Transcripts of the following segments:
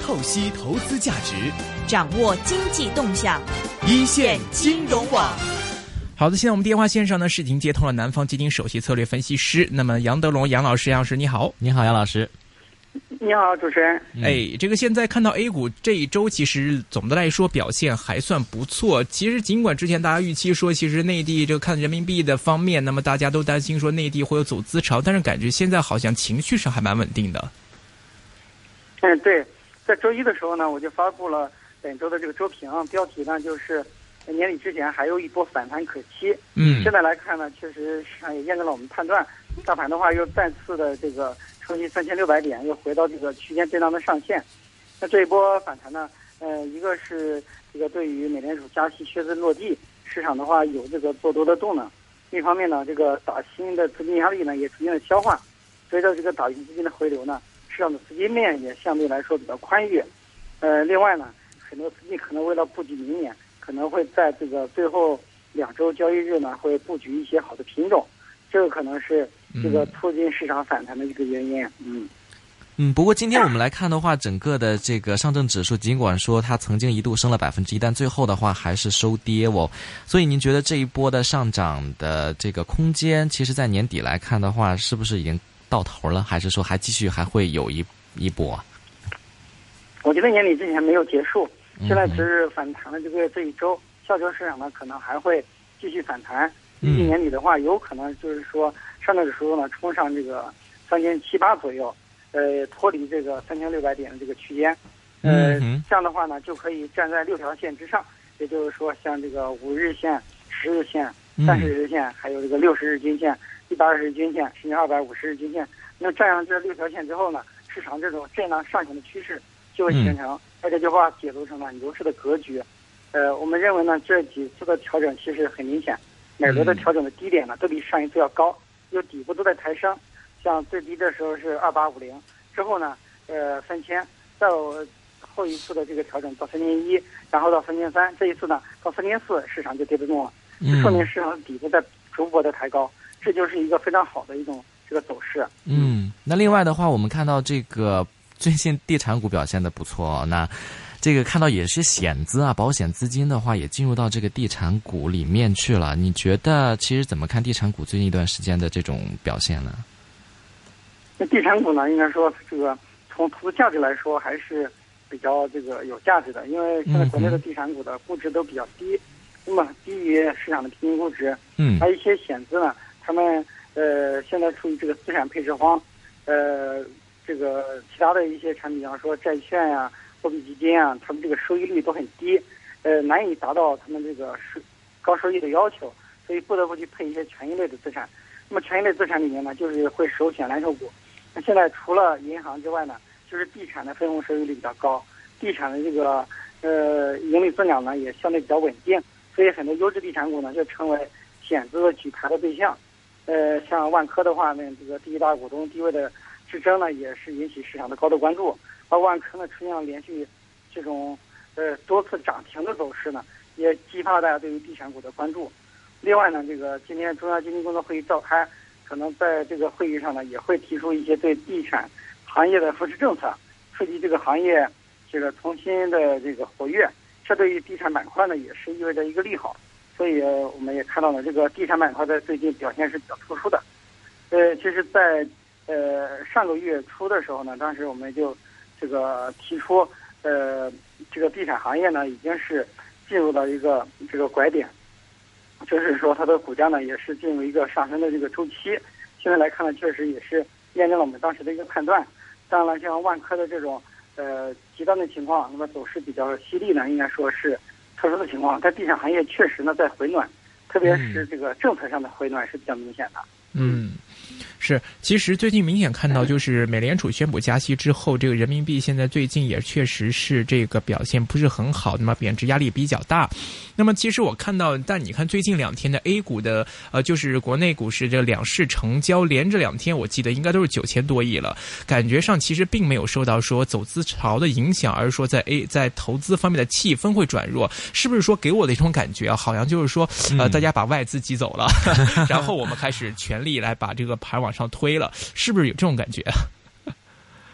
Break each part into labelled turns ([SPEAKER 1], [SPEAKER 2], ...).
[SPEAKER 1] 透析投资价值，
[SPEAKER 2] 掌握经济动向，
[SPEAKER 1] 一线金融网。
[SPEAKER 3] 好的，现在我们电话线上呢是已经接通了南方基金首席策略分析师，那么杨德龙杨老师，杨老师你好。
[SPEAKER 4] 你好，杨老师。
[SPEAKER 5] 你好，主持人。
[SPEAKER 3] 这个现在看到 A 股这一周其实总的来说表现还算不错。其实尽管之前大家预期说，其实内地这个看人民币的方面，那么大家都担心说内地会有走资潮，但是感觉现在好像情绪上还蛮稳定的。
[SPEAKER 5] 对，在周一的时候呢，我就发布了本周的这个周评，标题呢就是年底之前还有一波反弹可期。现在来看呢，确实市场也验证了我们判断，大盘的话又再次的这个冲击3600点，又回到这个区间震荡的上限。那这一波反弹呢，一个是这个对于美联储加息靴子落地，市场的话有这个做多的动能；另一方面呢，这个打新的资金压力呢也逐渐的消化，随着这个打新资金的回流呢，市场的资金面也相对来说比较宽裕。另外呢，很多资金可能为了布局明年，可能会在这个最后2周交易日呢，会布局一些好的品种，这个可能是这个促进市场反弹的一个原因。
[SPEAKER 4] 不过今天我们来看的话，整个的这个上证指数尽管说它曾经一度升了1%，但最后的话还是收跌哦。所以您觉得这一波的上涨的这个空间，其实在年底来看的话，是不是已经到头了，还是说还继续还会有一波？
[SPEAKER 5] 我觉得年底之前没有结束，现在只是反弹的这一周，下周市场呢可能还会继续反弹。预计年底的话，有可能就是说上证指数呢冲上这个3700左右，脱离这个3600点的这个区间，这样的话呢就可以站在6条线之上，也就是说像这个5日线、10日线、30日线，还有这个60日均线、120日均线，甚至250日均线。那站上这6条线之后呢，市场这种震荡上行的趋势就会形成，而且就把解读成了牛市的格局。我们认为呢，这几次的调整其实很明显，每轮的调整的低点呢都比上一次要高，有底部都在抬升。像最低的时候是2850，之后呢，3000，再有后一次的这个调整到3100，然后到3300，这一次呢到3400，市场就跌不动了，这说明市场的底部在逐步的抬高，这就是一个非常好的一种这个走势。
[SPEAKER 4] 那另外的话，我们看到这个最近地产股表现的不错，那这个看到也是险资啊，保险资金的话也进入到这个地产股里面去了。你觉得其实怎么看地产股最近一段时间的这种表现呢？
[SPEAKER 5] 那地产股呢，应该说这个从投资价值来说还是比较这个有价值的，因为现在国内的地产股的估值都比较低，那么低于市场的平均估值。还有一些险资呢，他们现在处于这个资产配置荒，这个其他的一些产品，比方说债券呀、货币基金啊，他们这个收益率都很低，难以达到他们这个高收益的要求，所以不得不去配一些权益类的资产。那么权益类资产里面呢，就是会首选蓝筹股。那现在除了银行之外呢，就是地产的分红收益率比较高，地产的这个盈利增长呢也相对比较稳定，所以很多优质地产股呢就成为险资的举牌的对象。像万科的话呢，这个第一大股东地位的支撑呢，也是引起市场的高度关注。而万科呢出现了连续这种多次涨停的走势呢，也激发了大家对于地产股的关注。另外呢，这个今天中央经济工作会议召开，可能在这个会议上呢，也会提出一些对地产行业的扶持政策，刺激这个行业这个重新的这个活跃。这对于地产板块呢，也是意味着一个利好。所以我们也看到了这个地产板块在最近表现是比较突出的。其实在上个月初的时候呢，当时我们就这个提出这个地产行业呢已经是进入到一个这个拐点，就是说它的股价呢也是进入一个上升的这个周期。现在来看呢，确实也是验证了我们当时的一个判断。当然了，像万科的这种极端的情况，那么走势比较犀利呢，应该说是特殊的情况。但地产行业确实呢在回暖，特别是这个政策上的回暖是比较明显的。
[SPEAKER 3] 是，其实最近明显看到，就是美联储宣布加息之后，这个人民币现在最近也确实是这个表现不是很好，那么贬值压力比较大。那么其实我看到，但你看最近2天的 A 股的就是国内股市这两市成交，连着2天我记得应该都是9000多亿了，感觉上其实并没有受到说走资潮的影响，而是说在投资方面的气氛会转弱，是不是说给我的一种感觉啊？好像就是说大家把外资挤走了，然后我们开始全力来把这个盘往上推了，是不是有这种感觉？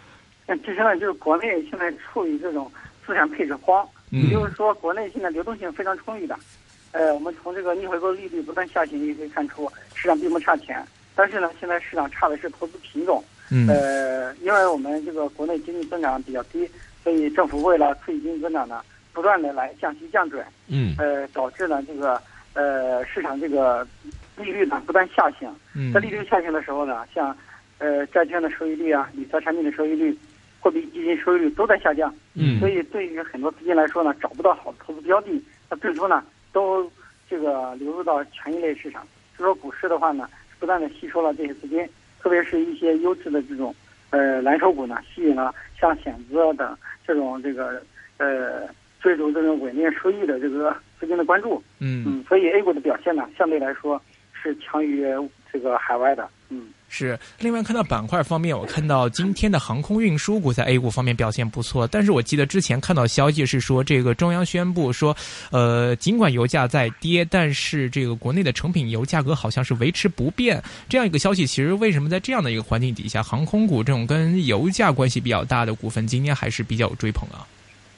[SPEAKER 5] 其实呢，就是国内现在处于这种资产配置荒，也就是说，国内现在流动性非常充裕的。我们从这个逆回购利率不断下行，也可以看出市场并不差钱。但是呢，现在市场差的是投资品种。因为我们这个国内经济增长比较低，所以政府为了促进经济增长呢，不断的来降息降准。导致呢这个市场这个利率呢不断下行。在利率下行的时候呢，像债券的收益率啊、理财产品的收益率、货币基金收益率都在下降。所以对于很多资金来说呢，找不到好的投资标的，那最终呢都这个流入到权益类市场。所以说股市的话呢，不断的吸收了这些资金，特别是一些优质的这种蓝筹股呢，吸引了像险资等这种这个追逐这种稳定收益的这个资金的关注。所以 A 股的表现呢，相对来说是强于这个海外的。
[SPEAKER 3] 是。另外看到板块方面，我看到今天的航空运输股在 A 股方面表现不错，但是我记得之前看到消息是说，这个中央宣布说，尽管油价在跌，但是这个国内的成品油价格好像是维持不变。这样一个消息，其实为什么在这样的一个环境底下，航空股这种跟油价关系比较大的股份，今天还是比较有追捧啊？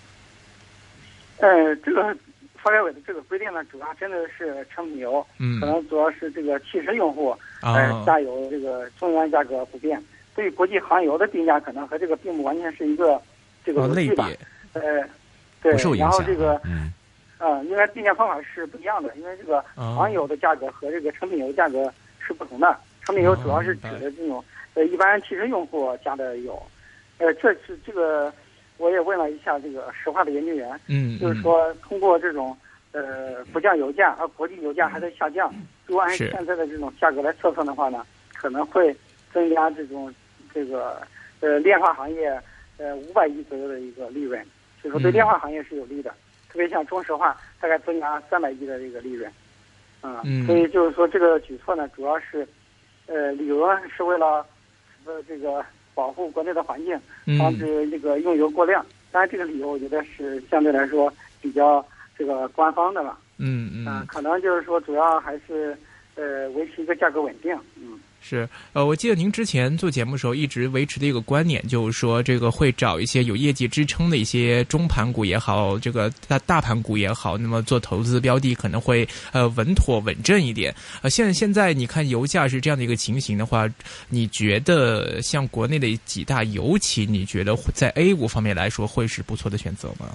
[SPEAKER 5] 这个发改委的这个规定呢，主要针对的是成品油，可能主要是这个汽车用户加油这个终端价格不变。对于国际航油的定价，可能和这个并不完全是一个这个
[SPEAKER 3] 类别。
[SPEAKER 5] 对，
[SPEAKER 4] 不受影响。
[SPEAKER 5] 然后这个应该定价方法是不一样的，因为这个航油的价格和这个成品油价格是不同的。成品油主要是指的这种一般汽车用户加的油。这是这个。我也问了一下这个石化的研究员，就是说通过这种不降油价，而国际油价还在下降，如果按现在的这种价格来测算的话呢，可能会增加这个炼化行业500亿左右的一个利润，所以说对炼化行业是有利的，特别像中石化大概增加300亿的这个利润。所以就是说这个举措呢，主要是理由呢是为了这个保护国内的环境，防止这个用油过量。当然，这个理由我觉得是相对来说比较这个官方的了。可能就是说主要还是维持一个价格稳定。
[SPEAKER 3] 是。我记得您之前做节目的时候一直维持的一个观点，就是说这个会找一些有业绩支撑的一些中盘股也好，这个大盘股也好，那么做投资标的可能会稳妥稳阵一点。现在你看油价是这样的一个情形的话，你觉得像国内的几大油企，你觉得在 A 股方面来说会是不错的选择吗？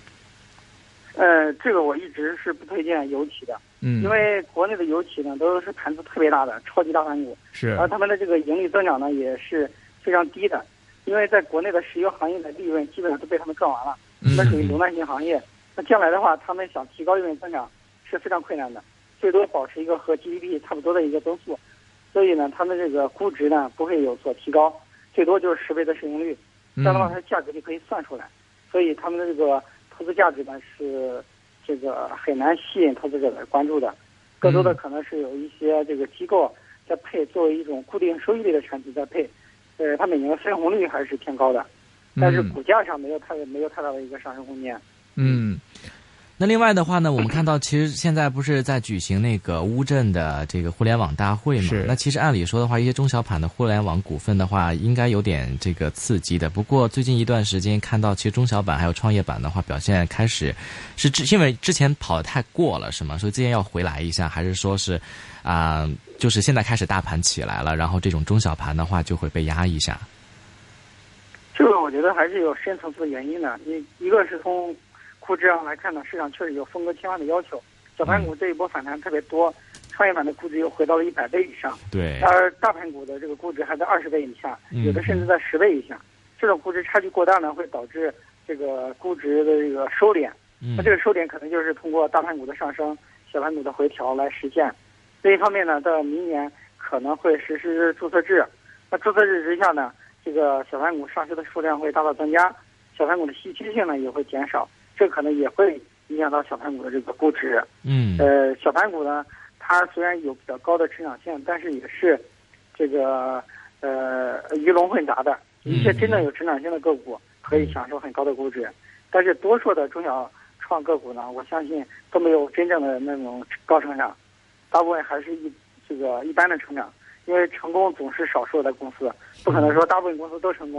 [SPEAKER 5] 这个我一直是不推荐油企的。因为国内的油企呢都是盘子特别大的超级大盘股，而他们的这个盈利增长呢也是非常低的，因为在国内的石油行业的利润基本上都被他们赚完了，他们属于垄断性行业。那将来的话，他们想提高利润增长是非常困难的，最多保持一个和 GDP 差不多的一个增速，所以呢，他们这个估值呢不会有所提高，最多就是10倍的市盈率，这样的话它的价格就可以算出来，所以他们的这个投资价值呢是这个很难吸引投资者的关注的，更多的可能是有一些这个机构在配作为一种固定收益类的产品在配，它每年的分红率还是偏高的，但是股价上没有太大的一个上升空间。
[SPEAKER 4] 那另外的话呢，我们看到其实现在不是在举行那个乌镇的这个互联网大会嘛？那其实按理说的话，一些中小盘的互联网股份的话，应该有点这个刺激的。不过最近一段时间看到，其实中小板还有创业板的话，表现开始是因为之前跑得太过了，是吗？所以之前要回来一下，还是说是就是现在开始大盘起来了，然后这种中小盘的话就会被压一下？
[SPEAKER 5] 这个我觉得还是有深层次的原因的。一个是从估值上来看呢，市场确实有风格切换的要求，小盘股这一波反弹特别多，创业板的估值又回到了100倍以上，
[SPEAKER 4] 对，
[SPEAKER 5] 而大盘股的这个估值还在20倍以下，有的甚至在10倍以下。这种估值差距过大呢，会导致这个估值的这个收敛。那这个收敛可能就是通过大盘股的上升、小盘股的回调来实现。另一方面呢，到明年可能会实施注册制。那注册制之下呢，这个小盘股上市的数量会大大增加，小盘股的稀缺性呢也会减少。这可能也会影响到小盘股的这个估值。小盘股呢，它虽然有比较高的成长性，但是也是这个鱼龙混杂的。一些真正有成长性的个股可以享受很高的估值，但是多数的中小创个股呢，我相信都没有真正的那种高成长，大部分还是一般的成长。因为成功总是少数的公司，不可能说大部分公司都成功，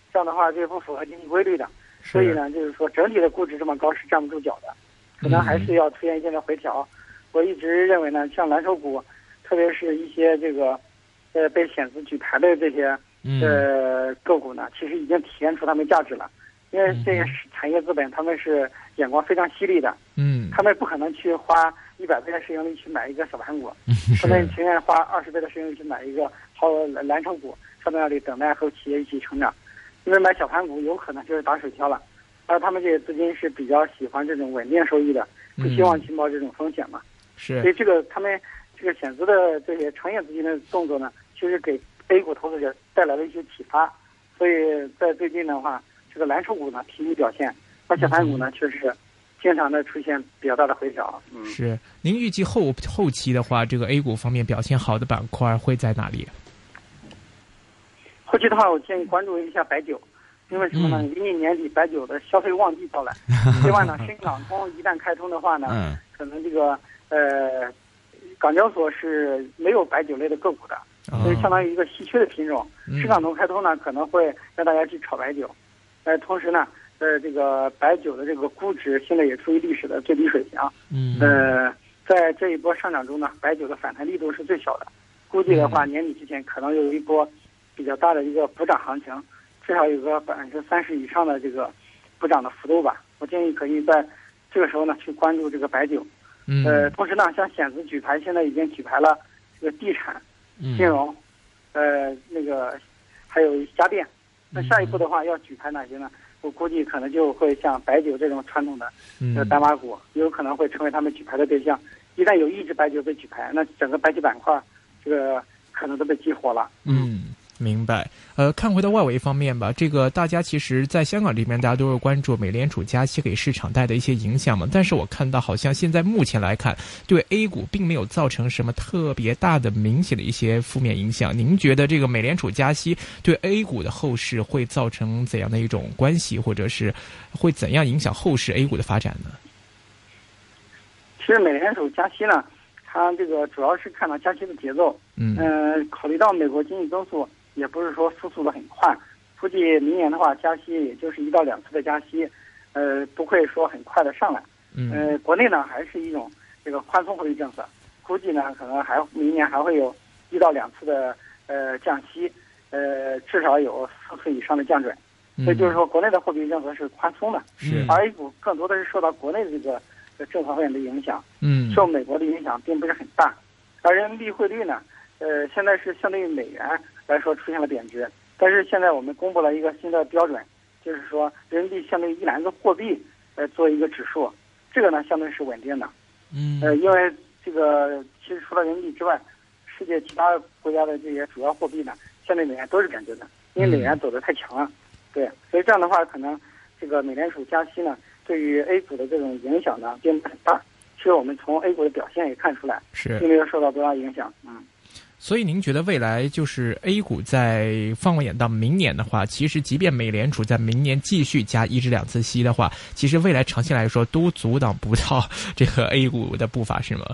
[SPEAKER 5] 这样的话这不符合经济规律的。所以呢，就是说整体的估值这么高是站不住脚的，可能还是要出现一定的回调。我一直认为呢，像蓝筹股，特别是一些这个被险资举牌的这些个股呢，其实已经体现出他们价值了。因为这些产业资本他们是眼光非常犀利的，他们不可能去花100倍的市盈率去买一个小盘股，他们情愿花20倍的市盈率去买一个蓝筹股，放在那里等待和企业一起成长。因为买小盘股有可能就是打水漂了，而他们这些资金是比较喜欢这种稳定收益的，不希望去冒这种风险嘛。
[SPEAKER 3] 是，
[SPEAKER 5] 所以他们这个险资的这些长线资金的动作呢，其实给 A 股投资者带来了一些启发。所以在最近的话，这个蓝筹股呢疲于表现，而小盘股呢确实经常的出现比较大的回调。
[SPEAKER 3] 是，您预计后期的话，这个 A 股方面表现好的板块会在哪里？
[SPEAKER 5] 后期的话，我建议关注一下白酒，因为什么呢？临近年底，白酒的消费旺季到来。另外呢，深港通一旦开通的话呢，可能这个港交所是没有白酒类的个股的，所以相当于一个稀缺的品种。深港通开通呢，可能会让大家去炒白酒。同时呢，这个白酒的这个估值现在也处于历史的最低水平。在这一波上涨中呢，白酒的反弹力度是最小的。估计的话，年底之前可能有一波比较大的一个补涨行情，至少有个30%以上的这个补涨的幅度吧。我建议可以在这个时候呢去关注这个白酒。同时呢，像险资举牌，现在已经举牌了这个地产、金融，那个还有家电。那下一步的话要举牌哪些呢？我估计可能就会像白酒这种传统的单把股，有可能会成为他们举牌的对象。一旦有一只白酒被举牌，那整个白酒板块这个可能都被激活了。
[SPEAKER 3] 明白。看回到外围方面吧，这个大家其实在香港这边，大家都会关注美联储加息给市场带的一些影响嘛。但是我看到好像现在目前来看，对 A 股并没有造成什么特别大的明显的一些负面影响。您觉得这个美联储加息对 A 股的后市会造成怎样的一种关系，或者是会怎样影响后市 A 股的发展呢？
[SPEAKER 5] 其实美联储加息呢，它这个主要是看到加息的节奏。考虑到美国经济增速也不是说复苏的很快，估计明年的话加息也就是1到2次的加息，不会说很快的上来。国内呢还是一种这个宽松货币政策，估计呢可能明年还会有1到2次的降息，至少有4次以上的降准。所以就是说国内的货币政策是宽松的，而 A 股更多的是受到国内的这个政策方面的影响，受美国的影响并不是很大。而人民币汇率呢，现在是相对于美元来说出现了贬值，但是现在我们公布了一个新的标准，就是说人民币相对于一篮子货币做一个指数，这个呢相对是稳定的。因为这个其实除了人民币之外，世界其他国家的这些主要货币呢，相对美元都是贬值的，因为美元走得太强了。对，所以这样的话，可能这个美联储加息呢，对于 A 股的这种影响呢，并不很大。其实我们从 A 股的表现也看出来，并没有受到多大影响。
[SPEAKER 3] 所以您觉得未来就是 A 股在放眼到明年的话，其实即便美联储在明年继续加1至2次息的话，其实未来长期来说都阻挡不到这个 A 股的步伐，是吗？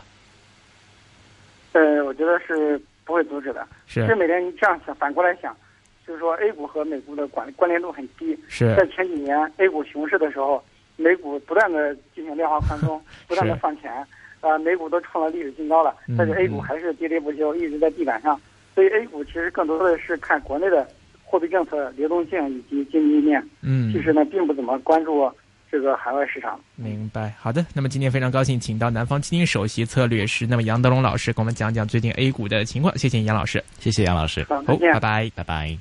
[SPEAKER 5] 我觉得是不会阻止的。其实美联储这样想，反过来想，就是说 A 股和美股的关联度很低。在前几年 A 股熊市的时候，美股不断的进行量化宽松，不断的放钱，美股都创了历史新高了，但是 A 股还是喋喋不休，一直在地板上。所以 A 股其实更多的是看国内的货币政策、流动性以及经济面。其实呢，并不怎么关注这个海外市场。
[SPEAKER 3] 明白。好的，那么今天非常高兴请到南方基金首席策略师那么杨德龙老师给我们讲讲最近 A 股的情况。谢谢杨老师。
[SPEAKER 4] 谢谢杨老师。
[SPEAKER 5] 好，
[SPEAKER 3] 拜拜，拜拜。